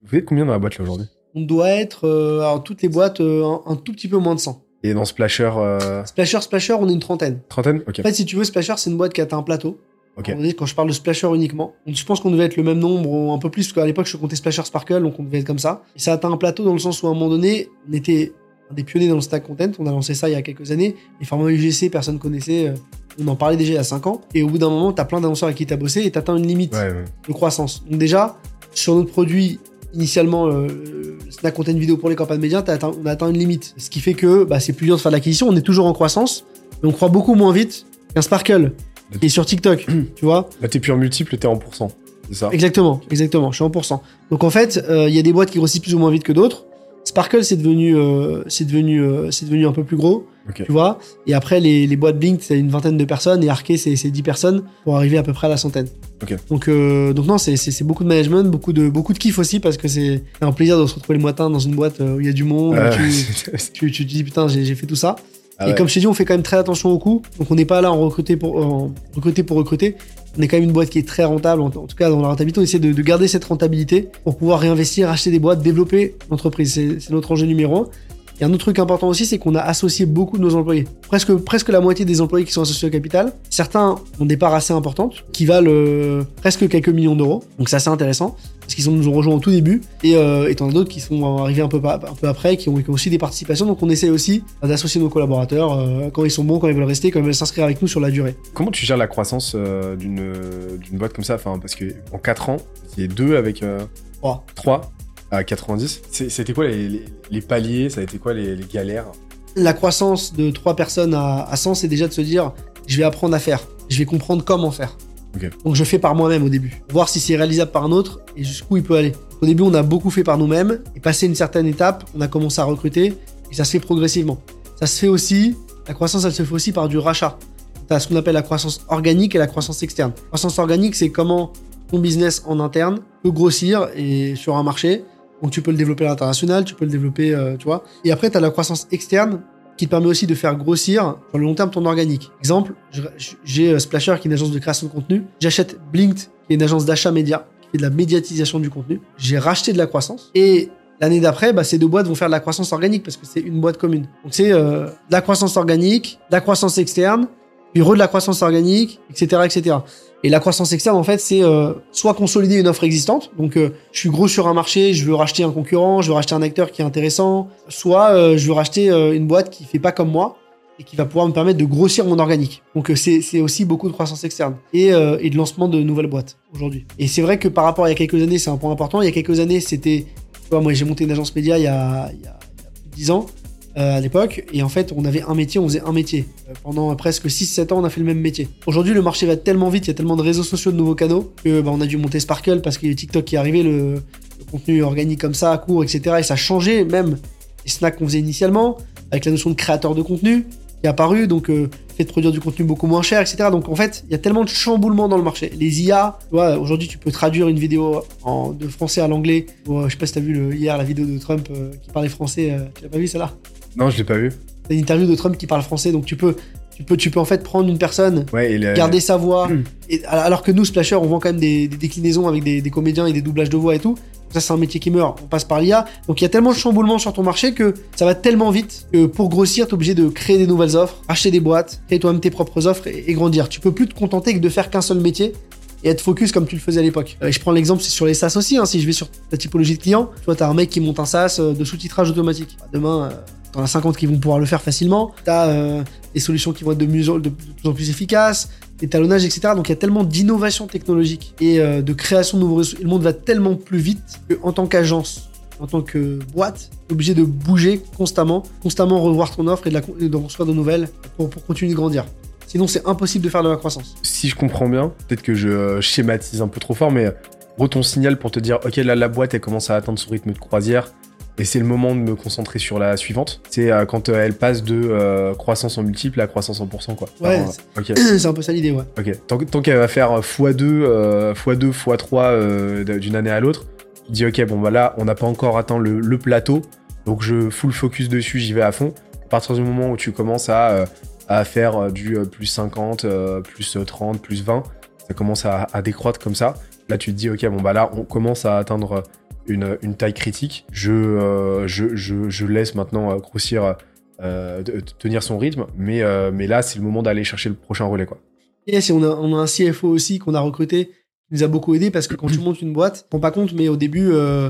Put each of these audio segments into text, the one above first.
Vous êtes combien dans la boîte là aujourd'hui? On doit être, alors toutes les boîtes, un tout petit peu moins de 100. Et dans Splasher, Splasher, on est une trentaine. trentaine? Ok. En fait, si tu veux, Splasher, c'est une boîte qui a atteint un plateau. Ok. Quand je parle de Splasher uniquement, je pense qu'on devait être le même nombre ou un peu plus, parce qu'à l'époque, je comptais Splasher Sparkle, donc on devait être comme ça. Et ça a atteint un plateau dans le sens où, à un moment donné, on était un des pionniers dans le stack content. On a lancé ça il y a quelques années. Les formats UGC, personne connaissait. On en parlait déjà il y a 5 ans. Et au bout d'un moment, t'as plein d'annonceurs avec qui t'as bossé et t'atteins une limite de croissance. Donc déjà, sur notre produit, initialement, le snack content vidéo pour les campagnes médias, on a atteint une limite. Ce qui fait que c'est plus dur de faire de l'acquisition. On est toujours en croissance, mais on croit beaucoup moins vite qu'un Sparkle qui est sur TikTok, tu vois. Là, t'es plus en multiple, t'es en pourcent. C'est ça? Exactement. Je suis en pourcent. Donc en fait, il y a des boîtes qui grossissent plus ou moins vite que d'autres. Sparkle, c'est devenu un peu plus gros, tu vois. Et après, les boîtes Blink, c'est une vingtaine de personnes, et Arke, c'est 10 personnes pour arriver à peu près à la centaine. Donc non, c'est beaucoup de management, beaucoup de kiff aussi, parce que c'est un plaisir de se retrouver le matin dans une boîte où il y a du monde, tu te dis putain, j'ai fait tout ça. Et comme je t'ai dit, on fait quand même très attention au coût. Donc on n'est pas là en recruter pour recruter. On est quand même une boîte qui est très rentable. En tout cas, dans la rentabilité, on essaie de garder cette rentabilité pour pouvoir réinvestir, acheter des boîtes, développer l'entreprise. C'est notre enjeu numéro 1. Et un autre truc important aussi, c'est qu'on a associé beaucoup de nos employés. Presque la moitié des employés qui sont associés au capital. Certains ont des parts assez importantes, qui valent presque quelques millions d'euros. Donc c'est assez intéressant, parce qu'ils nous ont rejoints au tout début. Et t'en as d'autres qui sont arrivés un peu après, qui ont aussi des participations. Donc on essaie aussi d'associer nos collaborateurs quand ils sont bons, quand ils veulent rester, quand ils veulent s'inscrire avec nous sur la durée. Comment tu gères la croissance d'une boîte comme ça? Enfin, parce qu'en 4 ans, il y a 2 avec 3 à 90. C'était quoi les paliers? Ça a été quoi les galères? La croissance de 3 personnes à 100, c'est déjà de se dire, je vais apprendre à faire. Je vais comprendre comment faire. Donc je fais par moi-même au début. Voir si c'est réalisable par un autre et jusqu'où il peut aller. Au début, on a beaucoup fait par nous-mêmes. Et passé une certaine étape, on a commencé à recruter. Et ça se fait progressivement. Ça se fait aussi, la croissance, elle se fait aussi par du rachat. Tu as ce qu'on appelle la croissance organique et la croissance externe. La croissance organique, c'est comment ton business en interne peut grossir et sur un marché. Donc tu peux le développer à l'international, tu peux le développer, tu vois. Et après, tu as la croissance externe qui te permet aussi de faire grossir sur le long terme ton organique. Exemple, j'ai Splasher qui est une agence de création de contenu. J'achète Blinked qui est une agence d'achat média qui fait de la médiatisation du contenu. J'ai racheté de la croissance. Et l'année d'après, ces 2 boîtes vont faire de la croissance organique parce que c'est une boîte commune. Donc c'est de la croissance organique, de la croissance externe, puis de la croissance organique, etc., etc. Et la croissance externe, en fait, c'est soit consolider une offre existante. Donc, je suis gros sur un marché, je veux racheter un concurrent, je veux racheter un acteur qui est intéressant. Soit je veux racheter une boîte qui fait pas comme moi et qui va pouvoir me permettre de grossir mon organique. Donc, c'est aussi beaucoup de croissance externe et de lancement de nouvelles boîtes aujourd'hui. Et c'est vrai que par rapport à il y a quelques années, c'est un point important. Il y a quelques années, c'était... Tu vois, moi, j'ai monté une agence média il y a 10 ans. À l'époque, et en fait on avait un métier, on faisait un métier. Pendant presque 6-7 ans on a fait le même métier. Aujourd'hui le marché va tellement vite, il y a tellement de réseaux sociaux, de nouveaux canaux, que on a dû monter Sparkle parce qu'il y a TikTok qui est arrivé, le contenu organique comme ça, court, etc. Et ça a changé même les snacks qu'on faisait initialement, avec la notion de créateur de contenu qui est apparu, donc fait de produire du contenu beaucoup moins cher, etc. Donc en fait il y a tellement de chamboulements dans le marché. Les IA, tu vois, aujourd'hui tu peux traduire une vidéo de français à l'anglais. Je sais pas si t'as vu hier la vidéo de Trump qui parlait français, tu l'as pas vu celle-là? Non, je l'ai pas vu. C'est une interview de Trump qui parle français, donc tu peux en fait prendre une personne, garder sa voix, et, alors que nous, Splasher, on vend quand même des déclinaisons avec des comédiens et des doublages de voix et tout. Ça, c'est un métier qui meurt, on passe par l'IA. Donc il y a tellement de chamboulements sur ton marché que ça va tellement vite que pour grossir, t'es obligé de créer des nouvelles offres, acheter des boîtes, créer toi-même tes propres offres et grandir. Tu peux plus te contenter que de faire qu'un seul métier et être focus comme tu le faisais à l'époque. Je prends l'exemple, c'est sur les SaaS aussi, si je vais sur ta typologie de client, tu vois, t'as un mec qui monte un SaaS de sous-titrage automatique. Demain, t'en as 50 qui vont pouvoir le faire facilement, t'as des solutions qui vont être de plus en plus efficaces, des talonnages, etc. Donc il y a tellement d'innovation technologique et de création de nouveaux réseaux. Le monde va tellement plus vite qu'en tant qu'agence, en tant que boîte, t'es obligé de bouger constamment revoir ton offre et de construire de nouvelles pour continuer de grandir. Sinon, c'est impossible de faire de la croissance. Si je comprends bien, peut-être que je schématise un peu trop fort, mais gros, ton signal pour te dire, ok, là, la boîte, elle commence à atteindre son rythme de croisière, et c'est le moment de me concentrer sur la suivante. C'est quand elle passe de croissance en multiple à croissance en pourcent, quoi. Ouais, okay. C'est un peu ça l'idée, ouais. Ok, tant qu'elle va faire x2, x3 d'une année à l'autre, tu dis, ok, bon, bah là, on n'a pas encore atteint le plateau, donc je full focus dessus, j'y vais à fond. À partir du moment où tu commences à faire du plus 50, plus 30, plus 20, ça commence à décroître comme ça. Là, tu te dis, ok, bon, bah là, on commence à atteindre une taille critique, je laisse maintenant grossir, tenir son rythme, mais là, c'est le moment d'aller chercher le prochain relais, quoi. Yes, et on a un CFO aussi qu'on a recruté, qui nous a beaucoup aidé, parce que quand tu montes une boîte, tu te rends pas compte, mais au début,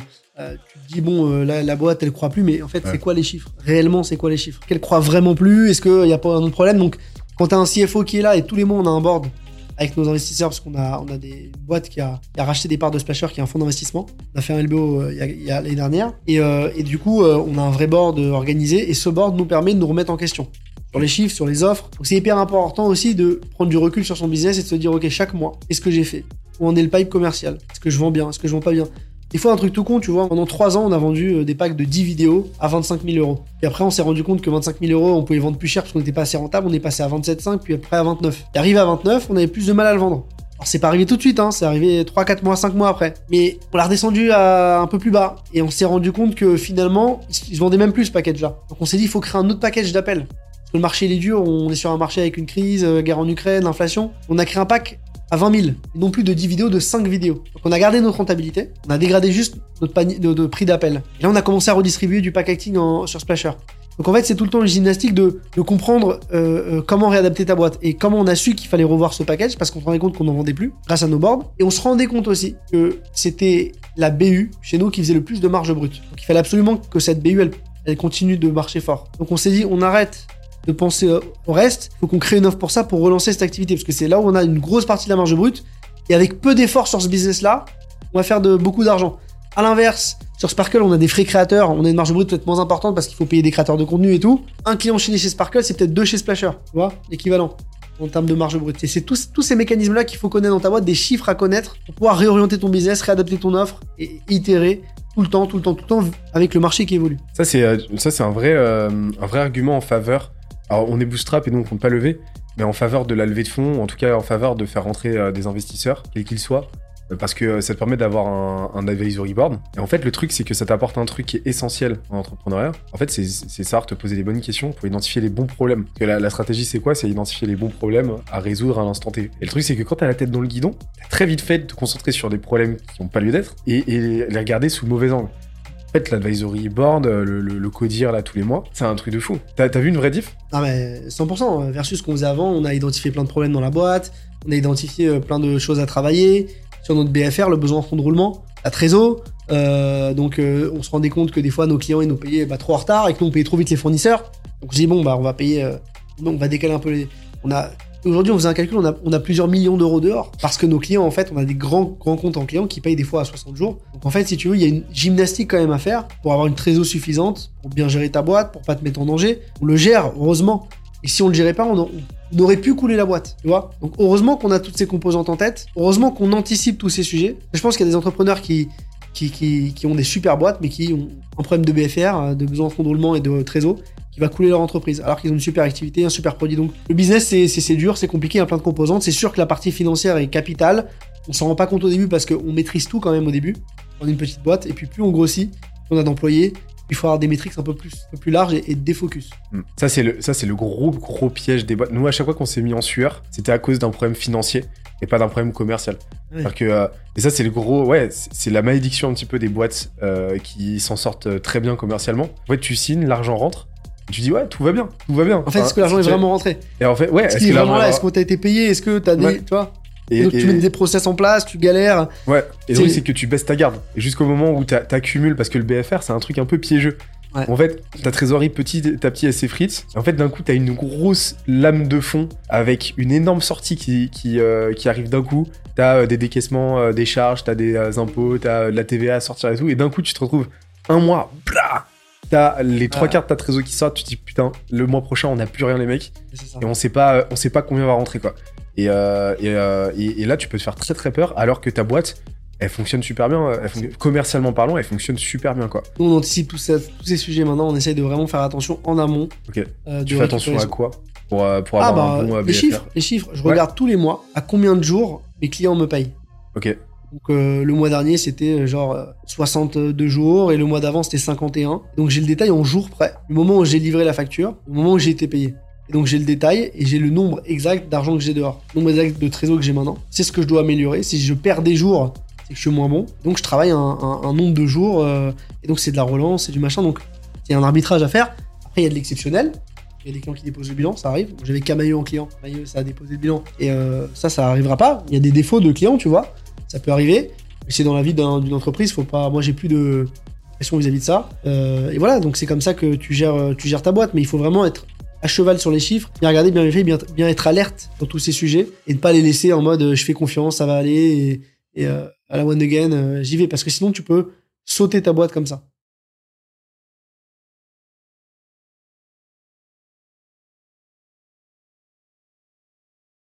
tu te dis, bon, la boîte, elle croit plus, mais en fait, c'est quoi les chiffres? Réellement, c'est quoi les chiffres? Qu'elle croit vraiment plus? Est-ce qu'il n'y a pas un autre problème? Donc, quand tu as un CFO qui est là, et tous les mois, on a un board avec nos investisseurs, parce qu'on a des boîtes qui a racheté des parts de Splasher, qui est un fonds d'investissement. On a fait un LBO il y a l'année dernière. Et du coup, on a un vrai board organisé, et ce board nous permet de nous remettre en question sur les chiffres, sur les offres. Donc c'est hyper important aussi de prendre du recul sur son business et de se dire, ok, chaque mois, qu'est-ce que j'ai fait? Où en est le pipe commercial? Est-ce que je vends bien? Est-ce que je vends pas bien? Des fois, un truc tout con, tu vois, pendant 3 ans, on a vendu des packs de 10 vidéos à 25 000 euros. Et après, on s'est rendu compte que 25 000 euros, on pouvait vendre plus cher parce qu'on n'était pas assez rentable. On est passé à 27,5, puis après à 29. Et arrivé à 29, on avait plus de mal à le vendre. Alors, c'est pas arrivé tout de suite, hein, c'est arrivé 3, 4 mois, 5 mois après. Mais on l'a redescendu à un peu plus bas. Et on s'est rendu compte que finalement, ils se vendaient même plus ce package-là. Donc on s'est dit, il faut créer un autre package d'appels. Parce que le marché, il est dur, on est sur un marché avec une crise, guerre en Ukraine, l'inflation. On a créé un pack à 20 000, et non plus de 10 vidéos, de 5 vidéos. Donc on a gardé notre rentabilité, on a dégradé juste notre panier de prix d'appel. Et là, on a commencé à redistribuer du pack acting sur Splasher. Donc en fait, c'est tout le temps une gymnastique de comprendre comment réadapter ta boîte, et comment on a su qu'il fallait revoir ce package, parce qu'on se rendait compte qu'on n'en vendait plus grâce à nos boards. Et on se rendait compte aussi que c'était la BU chez nous qui faisait le plus de marge brute. Donc il fallait absolument que cette BU, elle continue de marcher fort. Donc on s'est dit, on arrête de penser au reste, il faut qu'on crée une offre pour ça, pour relancer cette activité, parce que c'est là où on a une grosse partie de la marge brute, et avec peu d'efforts sur ce business-là, on va faire beaucoup d'argent. À l'inverse, sur Sparkle, on a des frais créateurs, on a une marge brute peut-être moins importante parce qu'il faut payer des créateurs de contenu et tout. Un client chez Sparkle, c'est peut-être 2 chez Splasher, tu vois, l'équivalent en termes de marge brute. Et c'est tous ces mécanismes-là qu'il faut connaître dans ta boîte, des chiffres à connaître pour pouvoir réorienter ton business, réadapter ton offre et itérer tout le temps avec le marché qui évolue. Ça, c'est un vrai argument en faveur. Alors, on est bootstrap et donc on ne compte pas lever, mais en faveur de la levée de fonds, en tout cas en faveur de faire rentrer des investisseurs, quels qu'ils soient, parce que ça te permet d'avoir un advisory board. Et en fait, le truc, c'est que ça t'apporte un truc qui est essentiel en entrepreneuriat. En fait, c'est savoir te poser les bonnes questions pour identifier les bons problèmes. Parce que la stratégie, c'est quoi? C'est identifier les bons problèmes à résoudre à l'instant T. Et le truc, c'est que quand t'as la tête dans le guidon, t'as très vite fait de te concentrer sur des problèmes qui n'ont pas lieu d'être et les regarder sous le mauvais angle. En fait, l'advisory board, le codir là tous les mois, c'est un truc de fou. T'as vu une vraie diff? Ah mais 100%, versus ce qu'on faisait avant, on a identifié plein de problèmes dans la boîte, on a identifié plein de choses à travailler, sur notre BFR, le besoin en fonds de roulement, la trésor, donc on se rendait compte que des fois nos clients ils nous payaient trop en retard et que nous on payait trop vite les fournisseurs, donc je dis bon bah on va payer, on va décaler un peu Aujourd'hui, on faisait un calcul, on a plusieurs millions d'euros dehors, parce que nos clients, en fait, on a des grands comptes en clients qui payent des fois à 60 jours. Donc en fait, si tu veux, il y a une gymnastique quand même à faire pour avoir une trésor suffisante, pour bien gérer ta boîte, pour pas te mettre en danger. On le gère, heureusement. Et si on le gérait pas, on aurait pu couler la boîte, tu vois. Donc heureusement qu'on a toutes ces composantes en tête, heureusement qu'on anticipe tous ces sujets. Je pense qu'il y a des entrepreneurs qui ont des super boîtes, mais qui ont un problème de BFR, de besoin en fonds de roulement et de trésor, qui va couler leur entreprise, alors qu'ils ont une super activité, un super produit. Donc le business, c'est dur, c'est compliqué, il y a plein de composantes. C'est sûr que la partie financière est capitale. On s'en rend pas compte au début parce qu'on maîtrise tout quand même au début. On est une petite boîte, et puis plus on grossit, plus on a d'employés, il faut avoir des métriques un peu plus larges et des focus. Ça, c'est le gros piège des boîtes. Nous, à chaque fois qu'on s'est mis en sueur, c'était à cause d'un problème financier et pas d'un problème commercial. Ouais. Et ça, c'est le gros... Ouais, c'est la malédiction un petit peu des boîtes qui s'en sortent très bien commercialement. En fait, tu signes, l'argent rentre, tu dis ouais, tout va bien. En fait, est-ce que l'argent est vraiment rentré? Et en fait, ouais, est-ce qu'il est vraiment là? Est-ce que t'as été payé? Est-ce que t'as des... Tu vois, donc tu mets des process en place, tu galères. Ouais, et le truc, c'est que tu baisses ta garde. Et jusqu'au moment où t'accumules, parce que le BFR, c'est un truc un peu piégeux. Ouais. En fait, ta trésorerie petit à petit, elle s'effrite. En fait, d'un coup, t'as une grosse lame de fond avec une énorme sortie qui arrive d'un coup. T'as des décaissements des charges, t'as des impôts, t'as de la TVA à sortir et tout. Et d'un coup, tu te retrouves un mois, blah, t'as les 3 quarts de ta trésor qui sortent. Tu te dis putain, le mois prochain, on n'a plus rien, les mecs. Et on sait pas combien va rentrer, quoi. Et là, tu peux te faire très très peur, alors que ta boîte, elle fonctionne super bien. Commercialement parlant, elle fonctionne super bien, quoi. Nous, on anticipe tous ces sujets maintenant. On essaye de vraiment faire attention en amont. Ok. Tu fais attention à quoi pour avoir un bon BFR? Les chiffres. Je regarde tous les mois à combien de jours mes clients me payent. Ok. Donc le mois dernier, c'était genre 62 jours, et le mois d'avant, c'était 51. Donc j'ai le détail en jours près. Le moment où j'ai livré la facture, le moment où j'ai été payé. Et donc j'ai le détail et j'ai le nombre exact d'argent que j'ai dehors. Le nombre exact de trésor que j'ai maintenant. C'est ce que je dois améliorer. Si je perds des jours, c'est que je suis moins bon. Donc je travaille un nombre de jours, et donc c'est de la relance, c'est du machin. Donc il y a un arbitrage à faire. Après, il y a de l'exceptionnel. Il y a des clients qui déposent le bilan, ça arrive. J'avais Camailleux en client. Camailleux, ça a déposé le bilan. Et ça arrivera pas. Il y a des défauts de clients, tu vois. Ça peut arriver. Mais c'est dans la vie d'une entreprise. Faut pas. Moi, j'ai plus de pression vis-à-vis de ça. Et voilà. Donc c'est comme ça que tu gères ta boîte. Mais il faut vraiment être à cheval sur les chiffres, bien regarder, bien vérifier, bien être alerte dans tous ces sujets et ne pas les laisser en mode je fais confiance, ça va aller et à la one again, j'y vais. Parce que sinon, tu peux sauter ta boîte comme ça.